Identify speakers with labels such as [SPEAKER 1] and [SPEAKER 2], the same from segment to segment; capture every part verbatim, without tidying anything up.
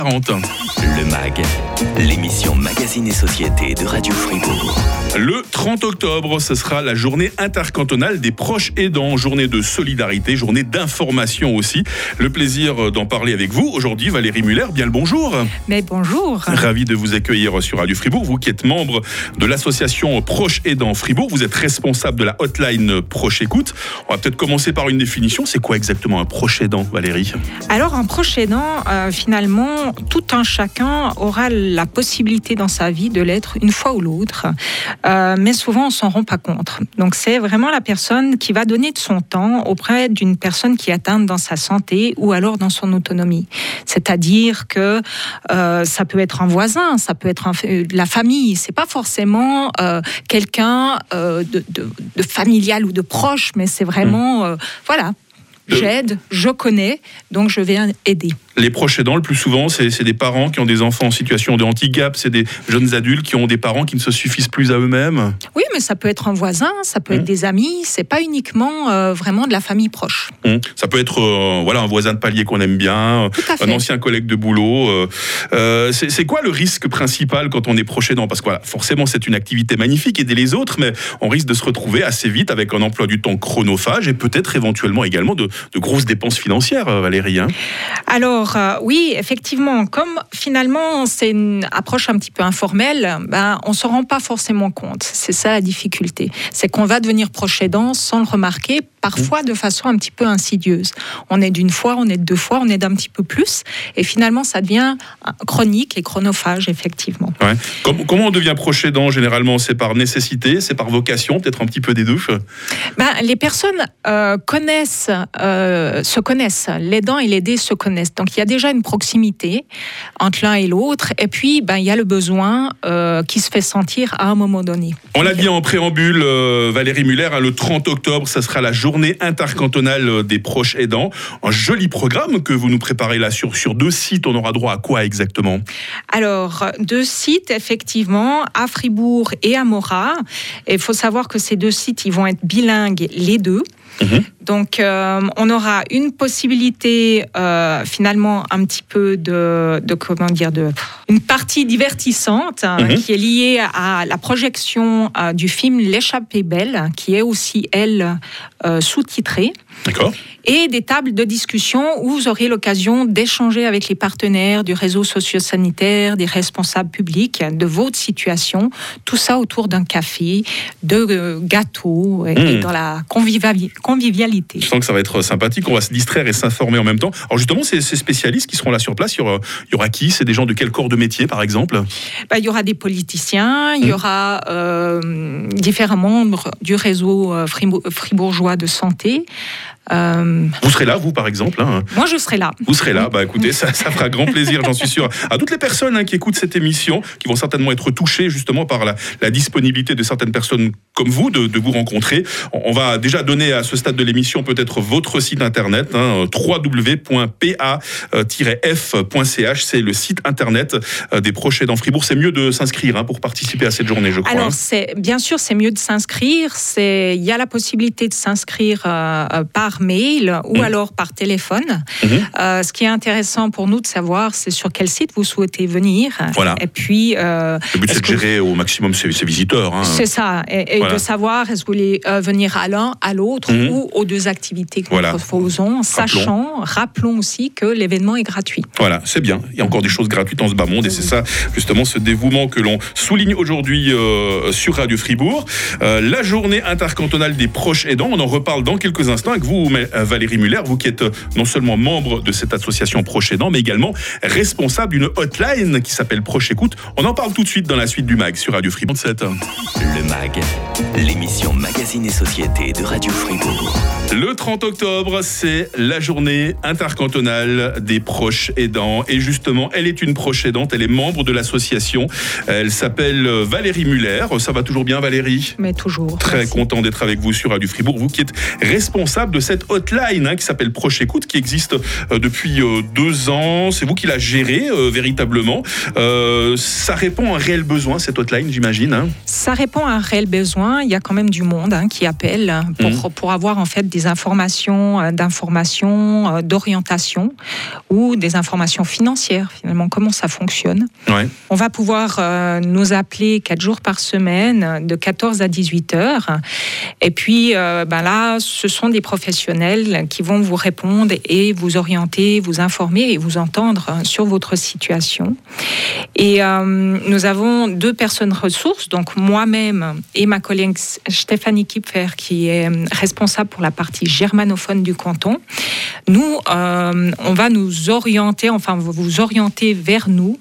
[SPEAKER 1] quarante.
[SPEAKER 2] Le M A G, l'émission Magazine et Société de Radio Fribourg.
[SPEAKER 1] Le trente octobre, ce sera la journée intercantonale des proches aidants, journée de solidarité, journée d'information aussi. Le plaisir d'en parler avec vous aujourd'hui, Valérie Muller, bien le bonjour.
[SPEAKER 3] Mais bonjour.
[SPEAKER 1] Ravi de vous accueillir sur Radio Fribourg. Vous qui êtes membre de l'association Proches aidants Fribourg, vous êtes responsable de la hotline Proche Écoute. On va peut-être commencer par une définition. C'est quoi exactement un proche aidant, Valérie ?
[SPEAKER 3] Alors un proche aidant, euh, finalement, tout un chacun aura la possibilité dans sa vie de l'être une fois ou l'autre. Euh, mais souvent on s'en rend pas compte. Donc c'est vraiment la personne qui va donner de son temps auprès d'une personne qui est atteinte dans sa santé ou alors dans son autonomie. C'est-à-dire que euh, ça peut être un voisin, ça peut être un, euh, la famille. C'est pas forcément euh, quelqu'un euh, de, de, de familial ou de proche, mais c'est vraiment euh, voilà. J'aide, je connais, donc je vais aider.
[SPEAKER 1] Les proches aidants, le plus souvent, c'est, c'est des parents qui ont des enfants en situation de handicap, c'est des jeunes adultes qui ont des parents qui ne se suffisent plus à eux-mêmes.
[SPEAKER 3] Oui, mais ça peut être un voisin, ça peut mmh. être des amis, c'est pas uniquement euh, vraiment de la famille proche.
[SPEAKER 1] Mmh. Ça peut être euh, voilà, un voisin de palier qu'on aime bien, un ancien collègue de boulot. Euh, euh, c'est, c'est quoi le risque principal quand on est proche aidant ? Parce que voilà, forcément, c'est une activité magnifique, aider les autres, mais on risque de se retrouver assez vite avec un emploi du temps chronophage et peut-être éventuellement également de, de grosses dépenses financières, Valérie. Hein.
[SPEAKER 3] Alors, Euh, oui, effectivement, comme finalement c'est une approche un petit peu informelle, ben, on ne se rend pas forcément compte. C'est ça la difficulté. C'est qu'on va devenir proche aidant sans le remarquer, parfois de façon un petit peu insidieuse. On aide une fois, on aide deux fois, on aide un petit peu plus, et finalement ça devient chronique et chronophage, effectivement.
[SPEAKER 1] Ouais. Comment, comment on devient proche aidant ? Généralement, c'est par nécessité, c'est par vocation, peut-être un petit peu des deux.
[SPEAKER 3] Ben, les personnes euh, connaissent, euh, se connaissent. L'aidant et l'aidé se connaissent. Donc il y a déjà une proximité entre l'un et l'autre, et puis ben, il y a le besoin euh, qui se fait sentir à un moment donné.
[SPEAKER 1] On l'a dit en préambule, euh, Valérie Muller, hein, le trente octobre, ça sera la journée intercantonale des proches aidants. Un joli programme que vous nous préparez là sur, sur deux sites. On aura droit à quoi exactement ?
[SPEAKER 3] Alors, deux sites, effectivement, à Fribourg et à Morat. Il faut savoir que ces deux sites, ils vont être bilingues, les deux. Mmh. Donc, euh, on aura une possibilité, euh, finalement, un petit peu de, de comment dire, de une partie divertissante mmh. euh, qui est liée à la projection euh, du film L'échappée belle, qui est aussi elle euh, sous-titrée.
[SPEAKER 1] D'accord.
[SPEAKER 3] Et des tables de discussion où vous aurez l'occasion d'échanger avec les partenaires du réseau socio-sanitaire, des responsables publics, de votre situation, tout ça autour d'un café, de euh, gâteaux et, mmh. et dans la conviviali- convivialité.
[SPEAKER 1] Je sens que ça va être sympathique, on va se distraire et s'informer en même temps. Alors justement, ces, ces spécialistes qui seront là sur place, il y aura, il y aura qui ? C'est des gens de quel corps de métier, par exemple ?
[SPEAKER 3] Ben, il y aura des politiciens, il y aura euh, différents membres du réseau euh, fribourgeois de santé.
[SPEAKER 1] Euh... Vous serez là, vous, par exemple hein.
[SPEAKER 3] Moi, je serai là.
[SPEAKER 1] Vous serez là, bah écoutez, ça, ça fera grand plaisir, j'en suis sûr, à toutes les personnes hein, qui écoutent cette émission, qui vont certainement être touchées justement par la, la disponibilité de certaines personnes comme vous, de, de vous rencontrer. On va déjà donner à ce stade de l'émission peut-être votre site internet, hein, w w w point p a tiret f point c h, c'est le site internet des proches aidants Fribourg. C'est mieux de s'inscrire hein, pour participer à cette journée, je crois.
[SPEAKER 3] Alors,
[SPEAKER 1] hein.
[SPEAKER 3] c'est, bien sûr, c'est mieux de s'inscrire. C'est, il y a la possibilité de s'inscrire euh, par mail ou mmh. alors par téléphone. Mmh. Euh, ce qui est intéressant pour nous de savoir, c'est sur quel site vous souhaitez venir.
[SPEAKER 1] Voilà.
[SPEAKER 3] Et puis, euh,
[SPEAKER 1] le but, c'est de gérer vous... au maximum ces, ces visiteurs. Hein.
[SPEAKER 3] C'est ça. Et, et voilà. de savoir, est-ce que vous voulez euh, venir à l'un, à l'autre mmh. ou aux deux activités que voilà. nous proposons, sachant, rappelons. rappelons aussi que l'événement est gratuit.
[SPEAKER 1] Voilà, c'est bien. Il y a encore des choses gratuites en ce bas monde, et c'est ça, justement, ce dévouement que l'on souligne aujourd'hui euh, sur Radio Fribourg. Euh, la journée intercantonale des proches aidants, on en reparle dans quelques instants avec vous, Valérie Muller, vous qui êtes non seulement membre de cette association Proches aidants, mais également responsable d'une hotline qui s'appelle Proche Écoute. On en parle tout de suite dans la suite du M A G sur Radio Fribourg sept.
[SPEAKER 2] Le M A G, l'émission Magazine et Société de Radio Fribourg.
[SPEAKER 1] Le trente octobre, c'est la journée intercantonale des proches aidants. Et justement, elle est une proche aidante, elle est membre de l'association. Elle s'appelle Valérie Muller. Ça va toujours bien, Valérie ?
[SPEAKER 3] Mais toujours.
[SPEAKER 1] Très
[SPEAKER 3] merci.
[SPEAKER 1] Content d'être avec vous sur Radio Fribourg. Vous qui êtes responsable de cette cette hotline hein, qui s'appelle Proche Écoute, qui existe euh, depuis euh, deux ans. C'est vous qui la gérez euh, véritablement. Euh, ça répond à un réel besoin, cette hotline, j'imagine. Hein.
[SPEAKER 3] Ça répond à un réel besoin. Il y a quand même du monde hein, qui appelle pour, mmh. pour avoir en fait des informations, d'informations, d'orientation ou des informations financières, finalement, comment ça fonctionne.
[SPEAKER 1] Ouais.
[SPEAKER 3] On va pouvoir euh, nous appeler quatre jours par semaine, de quatorze à dix-huit heures. Et puis, euh, ben là, ce sont des professionnels qui vont vous répondre et vous orienter, vous informer et vous entendre sur votre situation. Et euh, nous avons deux personnes ressources, donc moi-même et ma collègue Stéphanie Kipfer, qui est responsable pour la partie germanophone du canton. Nous, euh, on va nous orienter, enfin, vous orienter vers nous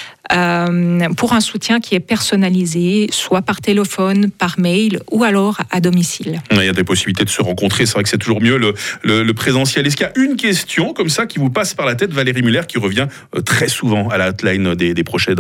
[SPEAKER 3] Euh, pour un soutien qui est personnalisé, soit par téléphone, par mail ou alors à domicile.
[SPEAKER 1] Il y a des possibilités de se rencontrer, c'est vrai que c'est toujours mieux le, le, le présentiel. Est-ce qu'il y a une question comme ça qui vous passe par la tête, Valérie Muller, qui revient très souvent à la hotline des, des proches aidants ?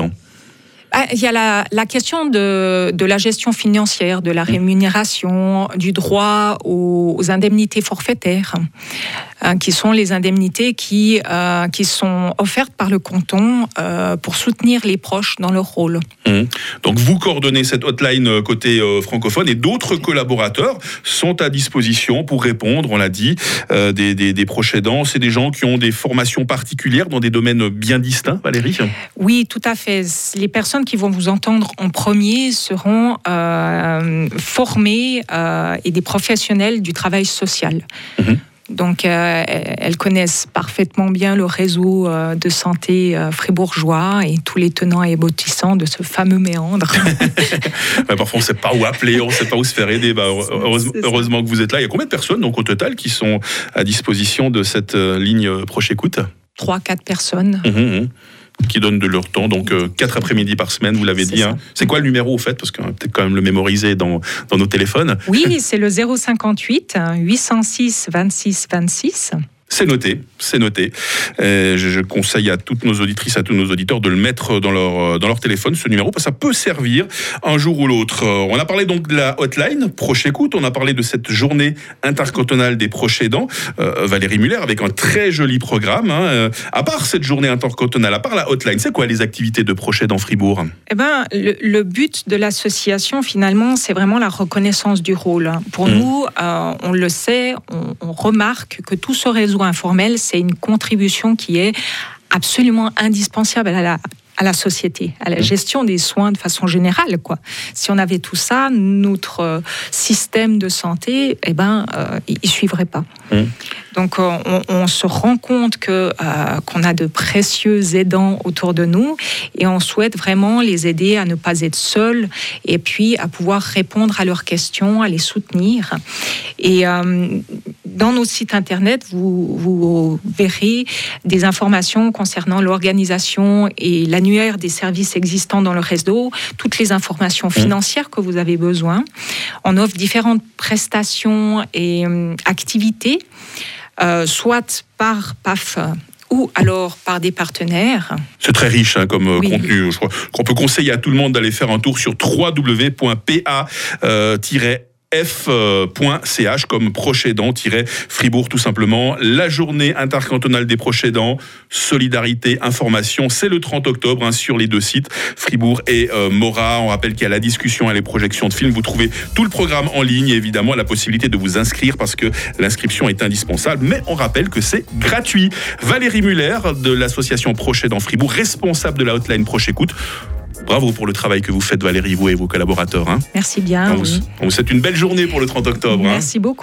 [SPEAKER 3] Il y a la, la question de, de la gestion financière, de la rémunération, du droit aux, aux indemnités forfaitaires, hein, qui sont les indemnités qui, euh, qui sont offertes par le canton euh, pour soutenir les proches dans leur rôle.
[SPEAKER 1] Mmh. Donc vous coordonnez cette hotline côté euh, francophone et d'autres collaborateurs sont à disposition pour répondre, on l'a dit, euh, des, des, des proches aidants. C'est des gens qui ont des formations particulières dans des domaines bien distincts, Valérie ?
[SPEAKER 3] Oui, tout à fait. Les personnes qui vont vous entendre en premier seront euh, formés euh, et des professionnels du travail social. Mmh. Donc, euh, elles connaissent parfaitement bien le réseau euh, de santé euh, fribourgeois et tous les tenants et aboutissants de ce fameux méandre.
[SPEAKER 1] bah, parfois, on ne sait pas où appeler, on ne sait pas où se faire aider. Bah, heureusement, heureusement que vous êtes là. Il y a combien de personnes donc, au total qui sont à disposition de cette euh, ligne Proche Écoute ?
[SPEAKER 3] Trois, quatre personnes.
[SPEAKER 1] Mmh, mmh. Qui donnent de leur temps, donc euh, quatre après-midi par semaine, vous l'avez c'est dit. Hein. C'est quoi le numéro au fait ? Parce qu'on va peut-être quand même le mémoriser dans, dans nos téléphones.
[SPEAKER 3] Oui, c'est le zéro cinquante-huit huit cent six vingt-six vingt-six.
[SPEAKER 1] C'est noté, c'est noté. Euh, je, je conseille à toutes nos auditrices, à tous nos auditeurs de le mettre dans leur, dans leur téléphone, ce numéro, parce que ça peut servir un jour ou l'autre. Euh, on a parlé donc de la hotline Proche Écoute, on a parlé de cette journée intercantonale des proches aidants. Euh, Valérie Muller, avec un très joli programme. Hein. Euh, à part cette journée intercantonale, à part la hotline, c'est quoi les activités de proches aidants Fribourg ?
[SPEAKER 3] Eh ben, le, le but de l'association, finalement, c'est vraiment la reconnaissance du rôle. Pour mmh. nous, euh, on le sait, on, on remarque que tout ce réseau informel, c'est une contribution qui est absolument indispensable à la, à la société, à la gestion des soins de façon générale, quoi. Si on avait tout ça, notre système de santé, eh ben, euh, il suivrait pas. Mmh. Donc, on, on se rend compte que, euh, qu'on a de précieux aidants autour de nous et on souhaite vraiment les aider à ne pas être seuls et puis à pouvoir répondre à leurs questions, à les soutenir. Et euh, dans notre site internet, vous, vous verrez des informations concernant l'organisation et l'annuaire des services existants dans le réseau, toutes les informations financières que vous avez besoin. On offre différentes prestations et euh, activités. Euh, soit par P A F ou alors par des partenaires.
[SPEAKER 1] C'est très riche hein, comme
[SPEAKER 3] oui.
[SPEAKER 1] contenu. Je crois qu'on peut conseiller à tout le monde d'aller faire un tour sur w w w point p a tiret f point c h comme proche aidant-Fribourg tout simplement. La journée intercantonale des proches aidants, solidarité, information, c'est le trente octobre hein, sur les deux sites, Fribourg et euh, Morat. On rappelle qu'il y a la discussion et les projections de films. Vous trouvez tout le programme en ligne et évidemment la possibilité de vous inscrire parce que l'inscription est indispensable. Mais on rappelle que c'est gratuit. Valérie Muller de l'association Proche Aidant Fribourg, responsable de la hotline Proche Écoute. Bravo pour le travail que vous faites, Valérie, vous et vos collaborateurs. Hein.
[SPEAKER 3] Merci bien.
[SPEAKER 1] On, oui. vous, on vous souhaite une belle journée pour le trente octobre.
[SPEAKER 3] Merci
[SPEAKER 1] hein.
[SPEAKER 3] beaucoup.